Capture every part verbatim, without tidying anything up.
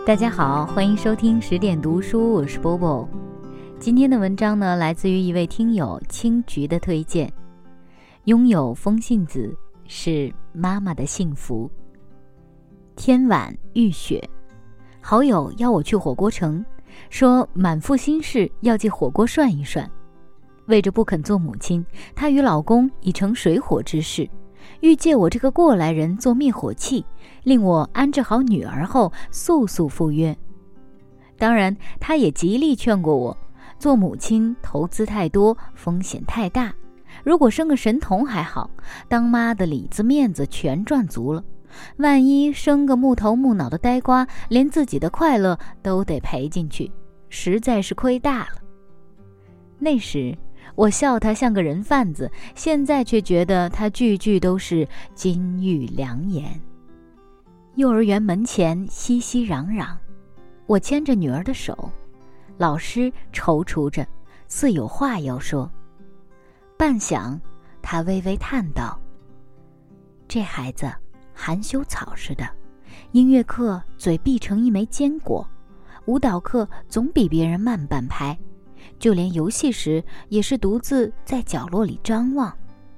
大家好，欢迎收听十点读书，我是波波。今天的文章呢，来自于一位听友青桔的推荐。拥有风信子是妈妈的幸福。天晚欲雪，好友邀我去火锅城，说满腹心事要借火锅涮一涮。为着不肯做母亲，她与老公已成水火之势，欲借我这个过来人做灭火器，令我安置好女儿后速速赴约。当然她也极力劝过我，做母亲投资太多，风险太大，如果生个神童还好，当妈的里子面子全赚足了，万一生个木头木脑的呆瓜，连自己的快乐都得赔进去，实在是亏大了。那时我笑他像个人贩子，现在却觉得他句句都是金玉良言。幼儿园门前熙熙攘攘，我牵着女儿的手，老师踌躇着，似有话要说。半晌，他微微叹道：这孩子含羞草似的，音乐课嘴闭成一枚坚果，舞蹈课总比别人慢半拍，就连游戏时也是独自在角落里张望。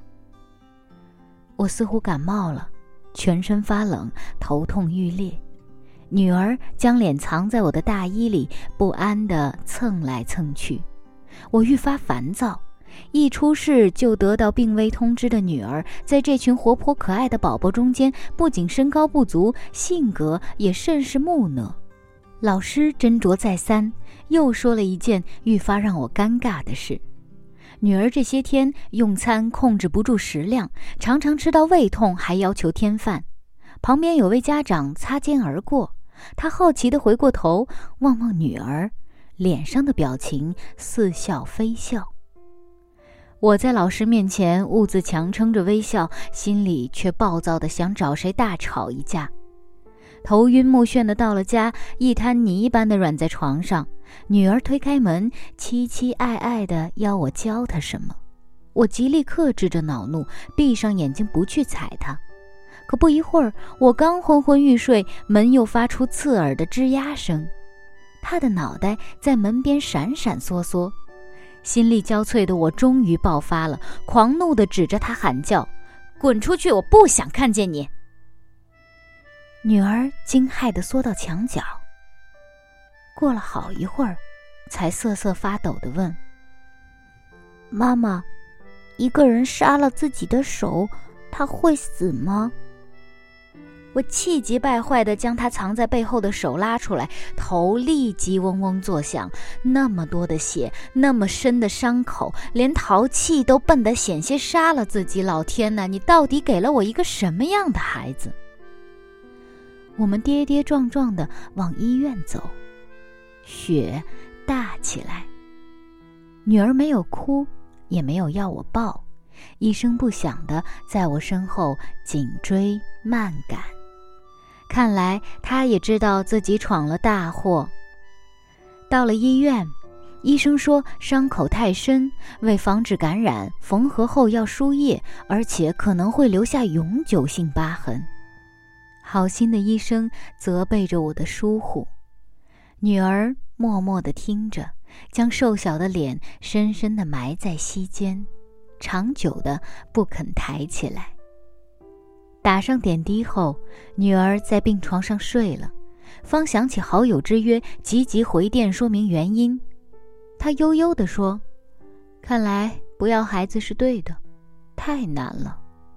我似乎感冒了，全身发冷，头痛欲裂。女儿将脸藏在我的大衣里，不安地蹭来蹭去。我愈发烦躁，一出事就得到病危通知的女儿，在这群活泼可爱的宝宝中间，不仅身高不足，性格也甚是木讷。老师斟酌再三，又说了一件愈发让我尴尬的事。女儿这些天用餐控制不住食量，常常吃到胃痛，还要求添饭。旁边有位家长擦肩而过，他好奇地回过头望望女儿，脸上的表情似笑非笑。我在老师面前兀自强撑着微笑，心里却暴躁地想找谁大吵一架。头晕目眩地到了家，一滩泥般地软在床上。女儿推开门，凄凄爱爱地要我教她什么。我极力克制着恼怒，闭上眼睛不去睬她。可不一会儿，我刚昏昏欲睡，门又发出刺耳的吱呀声。她的脑袋在门边闪闪烁烁。心力交瘁的我终于爆发了，狂怒地指着她喊叫：滚出去，我不想看见你！女儿惊骇地缩到墙角，过了好一会儿，才瑟瑟发抖地问：妈妈，一个人杀了自己的手，他会死吗？我气急败坏地将她藏在背后的手拉出来，头立即嗡嗡作响。那么多的血，那么深的伤口，连淘气都笨得险些杀了自己。老天哪，你到底给了我一个什么样的孩子？我们跌跌撞撞地往医院走，雪大起来。女儿没有哭，也没有要我抱，一声不响地在我身后紧追慢赶。看来她也知道自己闯了大祸。到了医院，医生说伤口太深，为防止感染，缝合后要输液，而且可能会留下永久性疤痕。好心的医生责备着我的疏忽，女儿默默地听着，将瘦小的脸深深地埋在膝间，长久地不肯抬起来。打上点滴后，女儿在病床上睡了，方想起好友之约，急急回电说明原因。她悠悠地说：看来不要孩子是对的，太难了。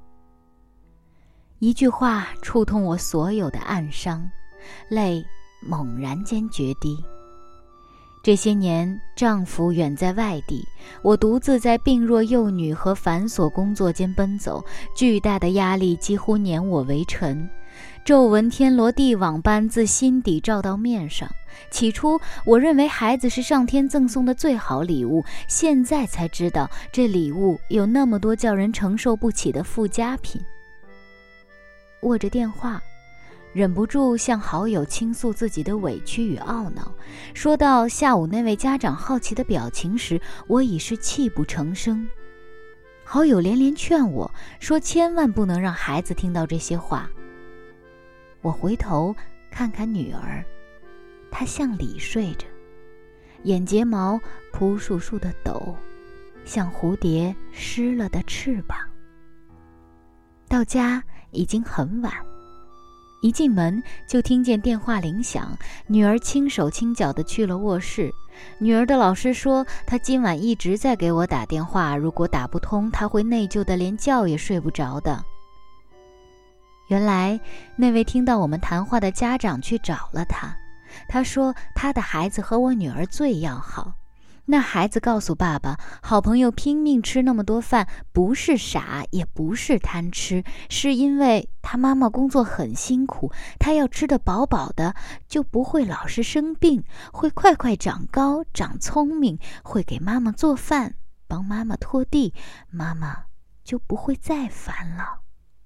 一句话触痛我所有的暗伤，泪猛然间决堤。这些年，丈夫远在外地，我独自在病弱幼女和繁琐工作间奔走，巨大的压力几乎碾我为尘，皱纹天罗地网般自心底照到面上。起初我认为孩子是上天赠送的最好礼物，现在才知道这礼物有那么多叫人承受不起的附加品。握着电话，忍不住向好友倾诉自己的委屈与懊恼。说到下午那位家长好奇的表情时，我已是泣不成声。好友连连劝我说，千万不能让孩子听到这些话。我回头看看女儿， 他向里睡着，眼睫毛扑簌簌地抖，像蝴蝶湿了的翅膀。到家已经很晚，一进门就听见电话铃响，女儿轻手轻脚地去了卧室。女儿的老师说，她今晚一直在给我打电话，如果打不通，她会内疚得连觉也睡不着的。原来那位听到我们谈话的家长去找了她，他说他的孩子和我女儿最要好。那孩子告诉爸爸，好朋友拼命吃那么多饭，不是傻，也不是贪吃，是因为他妈妈工作很辛苦，他要吃得饱饱的，就不会老是生病，会快快长高长聪明，会给妈妈做饭，帮妈妈拖地，妈妈就不会再烦了。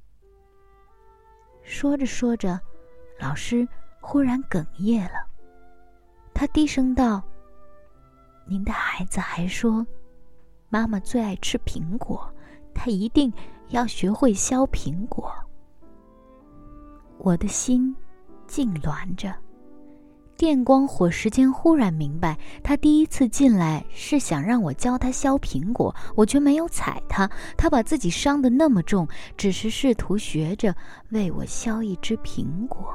说着说着，老师忽然哽咽了，他低声道，您的孩子还说，妈妈最爱吃苹果，她一定要学会削苹果。我的心痉挛着，电光火石间忽然明白，他第一次进来是想让我教他削苹果，我却没有睬他，他把自己伤得那么重，只是试图学着为我削一只苹果。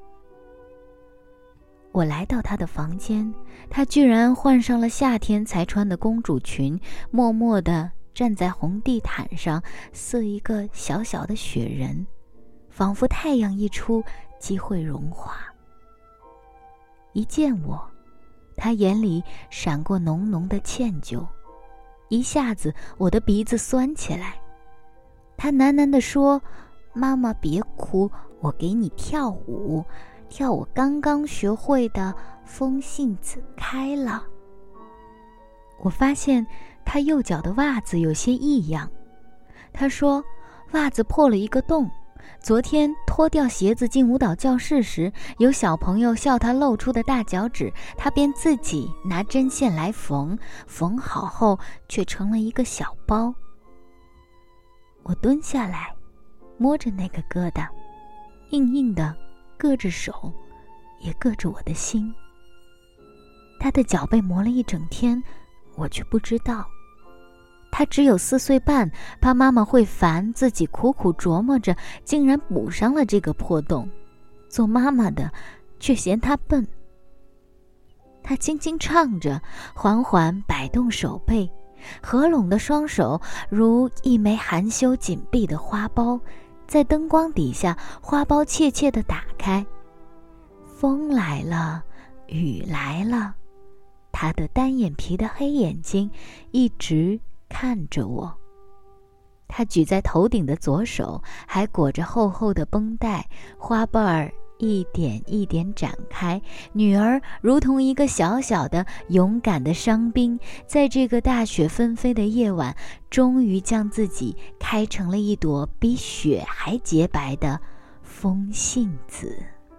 我来到他的房间，他居然换上了夏天才穿的公主裙，默默地站在红地毯上，似一个小小的雪人，仿佛太阳一出即会融化。一见我，他眼里闪过浓浓的歉疚，一下子我的鼻子酸起来。他喃喃地说，妈妈别哭，我给你跳舞，跳我刚刚学会的风信子开了。我发现他右脚的袜子有些异样，他说袜子破了一个洞，昨天脱掉鞋子进舞蹈教室时，有小朋友笑他露出的大脚趾，他便自己拿针线来缝，缝好后却成了一个小包。我蹲下来摸着那个疙瘩，硬硬的，硌着手，也硌着我的心。他的脚被磨了一整天，我却不知道。他只有四岁半，怕妈妈会烦，自己苦苦琢磨着，竟然补上了这个破洞。做妈妈的却嫌他笨。他轻轻唱着，缓缓摆动手背，合拢的双手如一枚含羞紧闭的花苞，在灯光底下，花苞怯怯地打开。风来了，雨来了，他的单眼皮的黑眼睛一直看着我。他举在头顶的左手还裹着厚厚的绷带，花瓣儿一点一点展开。女儿如同一个小小的勇敢的伤兵，在这个大雪纷飞的夜晚，终于将自己开成了一朵比雪还洁白的风信子。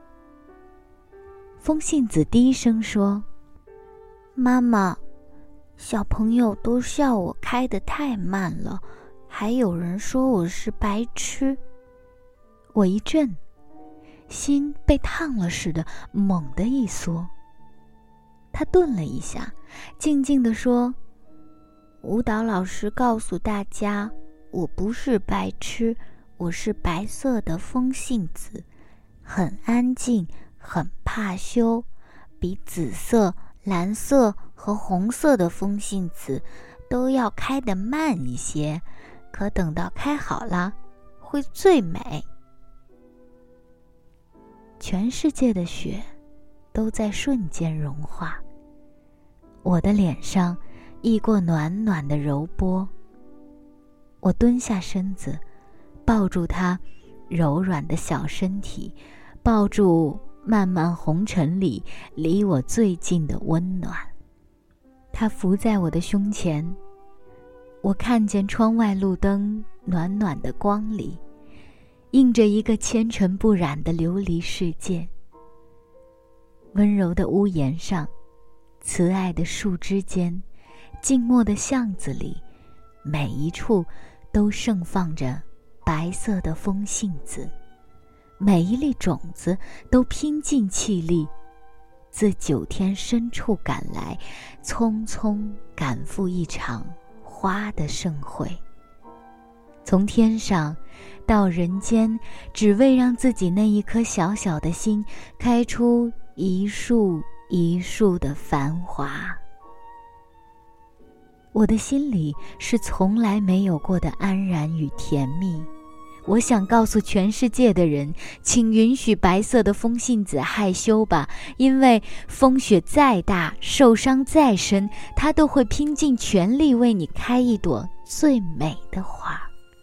风信子低声说，妈妈，小朋友都笑我开得太慢了，还有人说我是白痴。我一震，心被烫了似的，猛地一缩。他顿了一下，静静地说，舞蹈老师告诉大家，我不是白痴，我是白色的风信子，很安静，很怕羞，比紫色、蓝色和红色的风信子都要开得慢一些，可等到开好了，会最美。全世界的雪都在瞬间融化，我的脸上溢过暖暖的柔波。我蹲下身子，抱住他柔软的小身体，抱住漫漫红尘里离我最近的温暖。他伏在我的胸前，我看见窗外路灯暖暖的光里，映着一个纤尘不染的琉璃世界。温柔的屋檐上，慈爱的树枝间，静默的巷子里，每一处都盛放着白色的风信子，每一粒种子都拼尽气力， 自九天深处赶来，匆匆赶赴一场花的盛会。从天上到人间，只为让自己那一颗小小的心开出一束一束的繁华。我的心里是从来没有过的安然与甜蜜。我想告诉全世界的人，请允许白色的风信子害羞吧，因为风雪再大，受伤再深，它都会拼尽全力为你开一朵最美的花。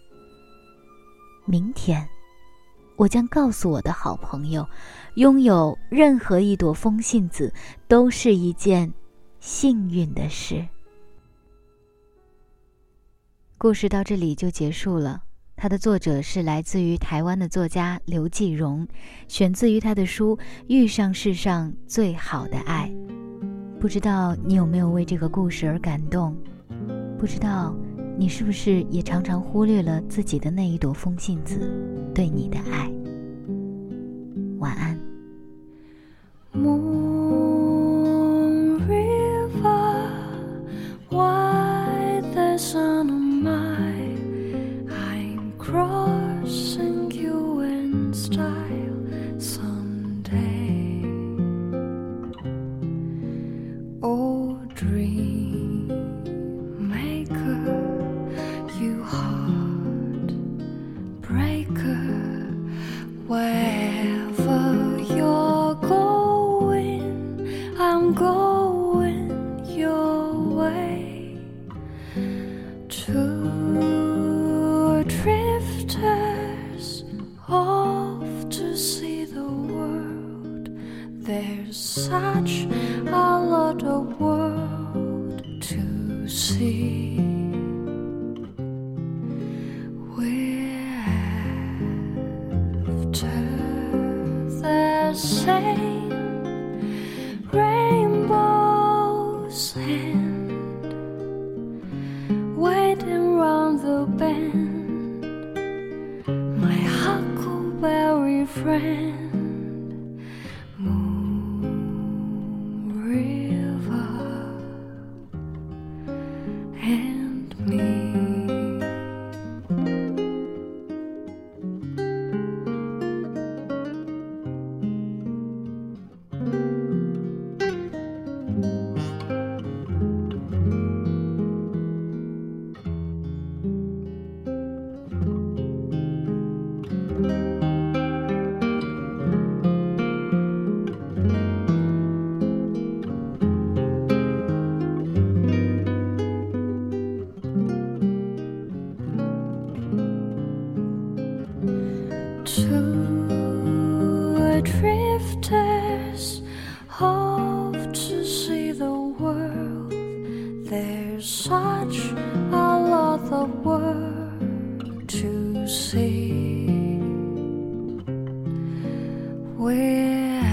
明天，我将告诉我的好朋友，拥有任何一朵风信子都是一件幸运的事。故事到这里就结束了。它的作者是来自于台湾的作家刘继荣，选自于他的书《遇上世上最好的爱》。不知道你有没有为这个故事而感动？不知道你是不是也常常忽略了自己的那一朵风信子对你的爱？晚安。 Moon River, why the sun on my, I'm crossing you in style someday. Oh, dream maker, you heart breaker, wherever you're going, I'm going your way. Two drifters off to see the world. There's such a lot of world to see. We're after the same rainbow's end, waiting round the bend, my huckleberry friend. Moon River and me. Two drifters off to see the world. There's such a lot of world to see. We're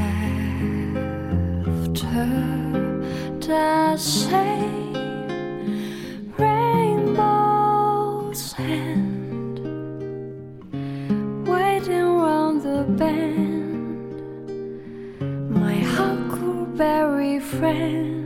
after the same rainbow's end, waiting round the bend, my huckleberry friend.